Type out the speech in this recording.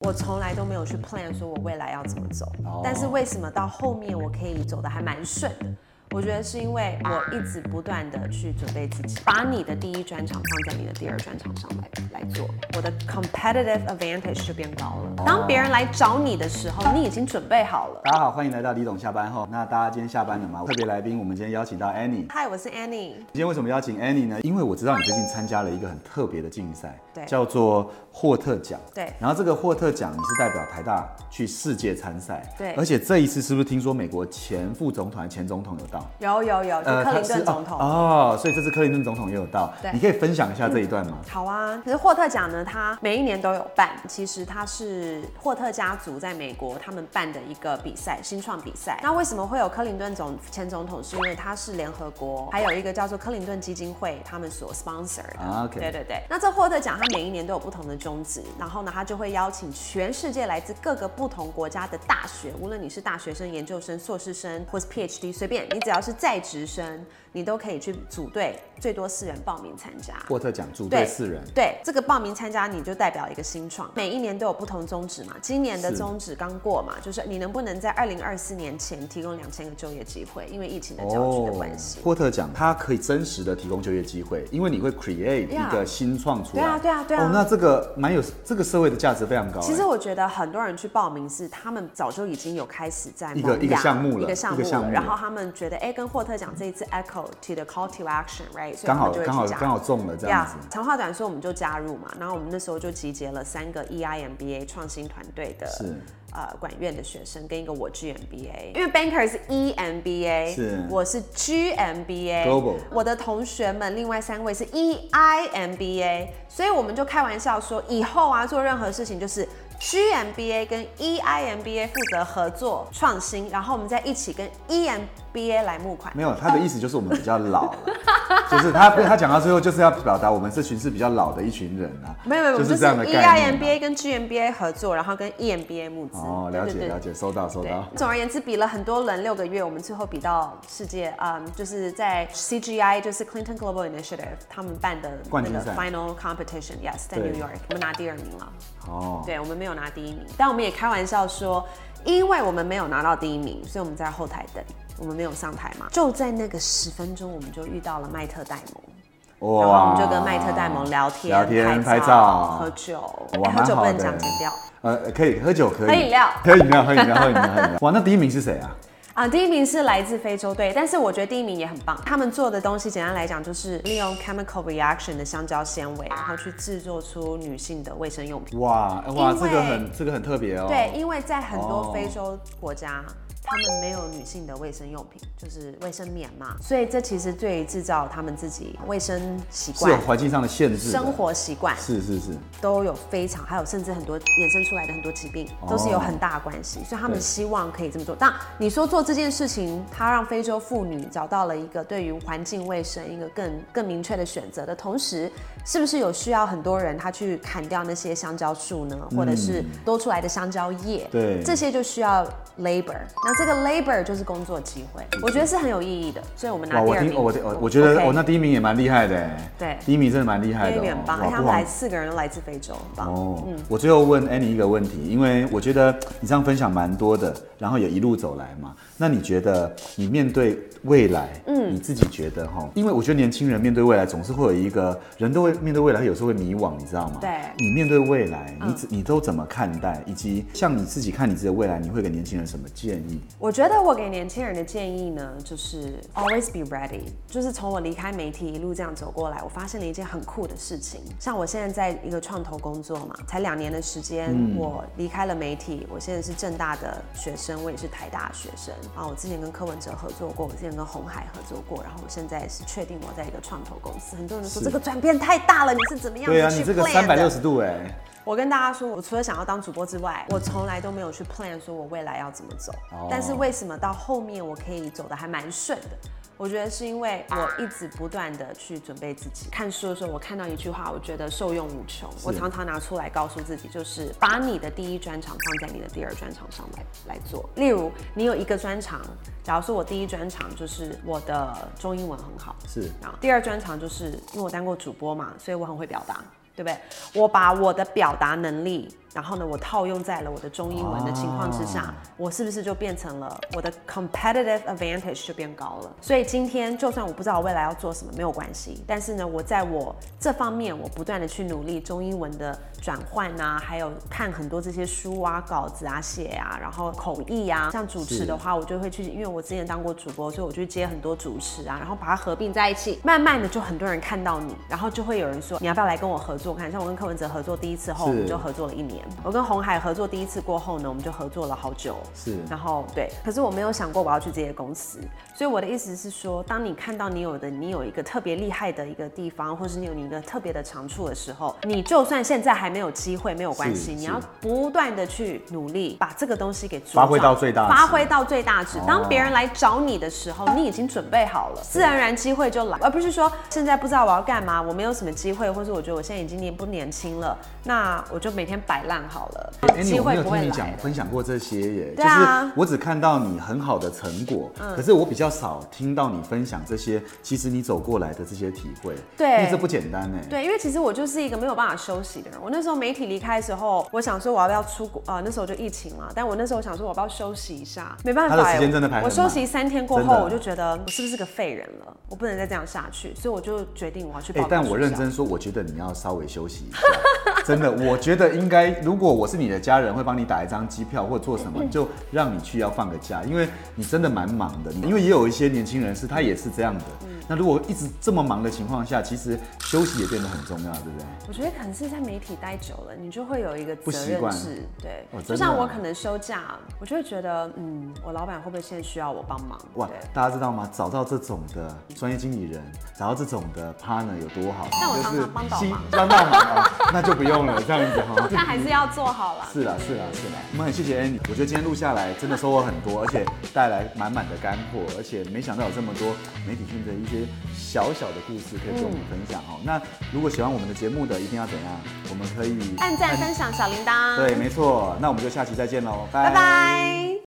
我从来都没有去 plan 说我未来要怎么走，但是为什么到后面我可以走得还蛮顺的？我觉得是因为我一直不断的去准备自己，把你的第一专场放在你的第二专场上来做，我的 competitive advantage 就变高了。当别人来找你的时候，你已经准备好了。 大家好，欢迎来到李董下班后。那大家今天下班了吗？特别来宾，我们今天邀请到 Annie。 嗨，我是 Annie。 今天为什么邀请 Annie 呢？因为我知道你最近参加了一个很特别的竞赛， 对， 叫做霍特奖。 对。 然后这个霍特奖，你是代表台大去世界参赛。 对。 而且这一次是不是听说美国前副总统、前总统有到？ 有。克林顿总统所以这次克林顿总统也有到， 对， 你可以分享一下这一段吗？ 好啊，可是霍特奖呢，它每一年都有办，其实它是霍特家族在美国他们办的一个比赛，新创比赛。那为什么会有克林顿前总统？是因为他是联合国还有一个叫做克林顿基金会他们所 sponsor 的。 Okay. 对。那这霍特奖它每一年都有不同的宗旨，然后呢，他就会邀请全世界来自各个不同国家的大学，无论你是大学生、研究生、硕士生或是 PhD， 随便你只要是在职生，你都可以去组队，最多4人报名参加。 霍特奖组队4人。 对，这个报名参加你就代表一个新创，每一年都有不同宗旨嘛。今年的宗旨刚过嘛，就是你能不能在2024年前提供2000个就业机会，因为疫情的搅局的关系。 霍特奖它可以真实的提供就业机会，因为你会 create 一个新创出来。 对啊。 那这个蛮有这个社会的价值非常高。 其实我觉得很多人去报名是他们早就已经有开始在一个项目了， 然后他们觉得跟霍特奖这一次 echo to the call to action，right？ 刚好中了这样子。 长话短说，我们就加入嘛，然后我们那时候就集结了3个 EIMBA 创新团队的管院的学生跟一个我 GMBA， 因为 Banker 是 EMBA， 我是 GMBA， Global， 我的同学们另外3位是 EIMBA， 所以我们就开玩笑说，以后啊做任何事情就是。GMBA 跟 EIMBA 负责合作创新，然后我们再一起跟 EMBA 来募款。 没有，他的意思就是我们比较老了，就是他讲到最后就是要表达我们这群是比较老的一群人啊。 没有， 就是这样的概念。 EIMBA 跟 GMBA 合作，然后跟 EMBA 募资。 了解，收到。 总而言之，比了很多轮6个月，我们最后比到世界，就是在 CGI， 就是 Clinton Global Initiative 他们办的那个 Final Competition，yes， 在 New York， 我们拿第2名了。对，我们没有拿第1名，但我们也开玩笑说，因为我们没有拿到第1名，所以我们在后台等，我们没有上台嘛。就在那个10分钟，我们就遇到了麦特戴蒙，然后我们就跟麦特戴蒙聊天、拍照、喝酒。喝酒不能讲剪掉。 可以喝酒，可以喝饮料。 哇，那第1名是谁啊？ 第1名是来自非洲队，但是我觉得第1名也很棒。他们做的东西简单来讲就是利用 chemical reaction 的香蕉纤维，然后去制作出女性的卫生用品。 哇，这个很特别哦。 对，因为在很多非洲国家。他们没有女性的卫生用品，就是卫生棉嘛，所以这其实对于制造他们自己卫生习惯、 是有环境上的限制， 生活习惯是都有还有甚至很多衍生出来的很多疾病，都是有很大的关系，所以他们希望可以这么做。但你说做这件事情，它让非洲妇女找到了一个对于环境卫生一个更明确的选择的同时，是不是有需要很多人他去砍掉那些香蕉树呢，或者是多出来的香蕉叶？ 对， 这些就需要 labor。那这个 labor 就是工作机会，我觉得是很有意义的，所以我们拿第2名。 我觉得那第1名也蛮厉害的。 对， 第1名真的蛮厉害的。 第1名很棒，而且他们4个人都来自非洲，很棒。 我最后问 Annie 一个问题，因为我觉得你这样分享蛮多的，然后也一路走来嘛。那你觉得你面对未来，你自己觉得因为我觉得年轻人面对未来总是会有一个人都会面对未来，有时候会迷惘，你知道吗？ 对。 你面对未来，你都怎么看待？以及像你自己看你自己的未来，你会给年轻人什么建议？ 我觉得我给年轻人的建议呢，就是 always be ready。就是从我离开媒体一路这样走过来，我发现了一件很酷的事情。像我现在在一个创投工作嘛，才2年的时间，我离开了媒体，我现在是政大的学生，我也是台大的学生。然后我之前跟柯文哲合作过，我之前跟鸿海合作过，然后我现在是确定我在一个创投公司。很多人说这个转变太大了，你是怎么样子去 plan 的？ 对啊，你这个360度我跟大家说，我除了想要当主播之外，我从来都没有去 plan 说我未来要怎么走。但是为什么到后面我可以走得还蛮顺的？我觉得是因为我一直不断的去准备自己。看书的时候，我看到一句话，我觉得受用无穷。我常常拿出来告诉自己，就是把你的第1专长放在你的第2专长上来做。例如，你有一个专长，假如说我第1专长就是我的中英文很好，然后第2专长就是因为我当过主播嘛，所以我很会表达。对不对？我把我的表达能力然后呢，我套用在了我的中英文的情况之下，我是不是就变成了我的 competitive advantage 就变高了？所以今天就算我不知道我未来要做什么，没有关系。但是呢，我在我这方面，我不断的去努力中英文的转换啊，还有看很多这些书啊、稿子啊、写啊，然后口译啊，像主持的话，我就会去，因为我之前当过主播，所以我就接很多主持啊，然后把它合并在一起，慢慢的就很多人看到你，然后就会有人说你要不要来跟我合作看？像我跟柯文哲合作第一次后，我们就合作了1年；我跟鸿海合作第一次过后呢，我们就合作了好久。 是， 然后对，可是我没有想过我要去这些公司，所以我的意思是说，当你看到你有一个特别厉害的一个地方，或是你有一个特别的长处的时候，你就算现在还没有机会，没有关系，你要不断的去努力，把这个东西给发挥到最大值， 发挥到最大值。当别人来找你的时候，你已经准备好了，自然而然机会就来，而不是说现在不知道我要干嘛，我没有什么机会，或是我觉得我现在已经不年轻了，那我就每天摆烂好了，机会不会来。 我没有听你分享过这些耶， 对啊， 就是我只看到你很好的成果，可是我比较少听到你分享这些，其实你走过来的这些体会， 对， 因为这不简单哎。 对，因为其实我就是一个没有办法休息的人。我那时候媒体离开的时候，我想说我要不要出国那时候就疫情了，但我那时候想说我要不要休息一下，没办法， 他的时间真的排很满。 我休息3天过后，我就觉得我是不是个废人了？我不能再这样下去，所以我就决定我要去报考。 但我认真说，我觉得你要稍微休息一下。真的，我觉得应该，如果我是你的家人，会帮你打一张机票或做什么，就让你去要放个假，因为你真的蛮忙的。因为也有一些年轻人他也是这样的。那如果一直这么忙的情况下，其实休息也变得很重要，对不对？ 我觉得可能是在媒体待久了，你就会有一个责任制，对。就像我可能休假，我就会觉得，我老板会不会现在需要我帮忙？ 哇，大家知道吗？找到这种的专业经理人，找到这种的 partner 有多好？ 但我常常帮到忙， 那就不用了，这样子哈。 但还是要做好了。 是啦。我们很谢谢 Annie， 我觉得今天录下来真的收获很多，而且带来满满的干货，而且没想到有这么多媒体圈的一些小小的故事可以跟我们分享哦。那如果喜欢我们的节目的，一定要怎样？我们可以按赞、分享、小铃铛。 对，没错。那我们就下期再见喽， 拜拜。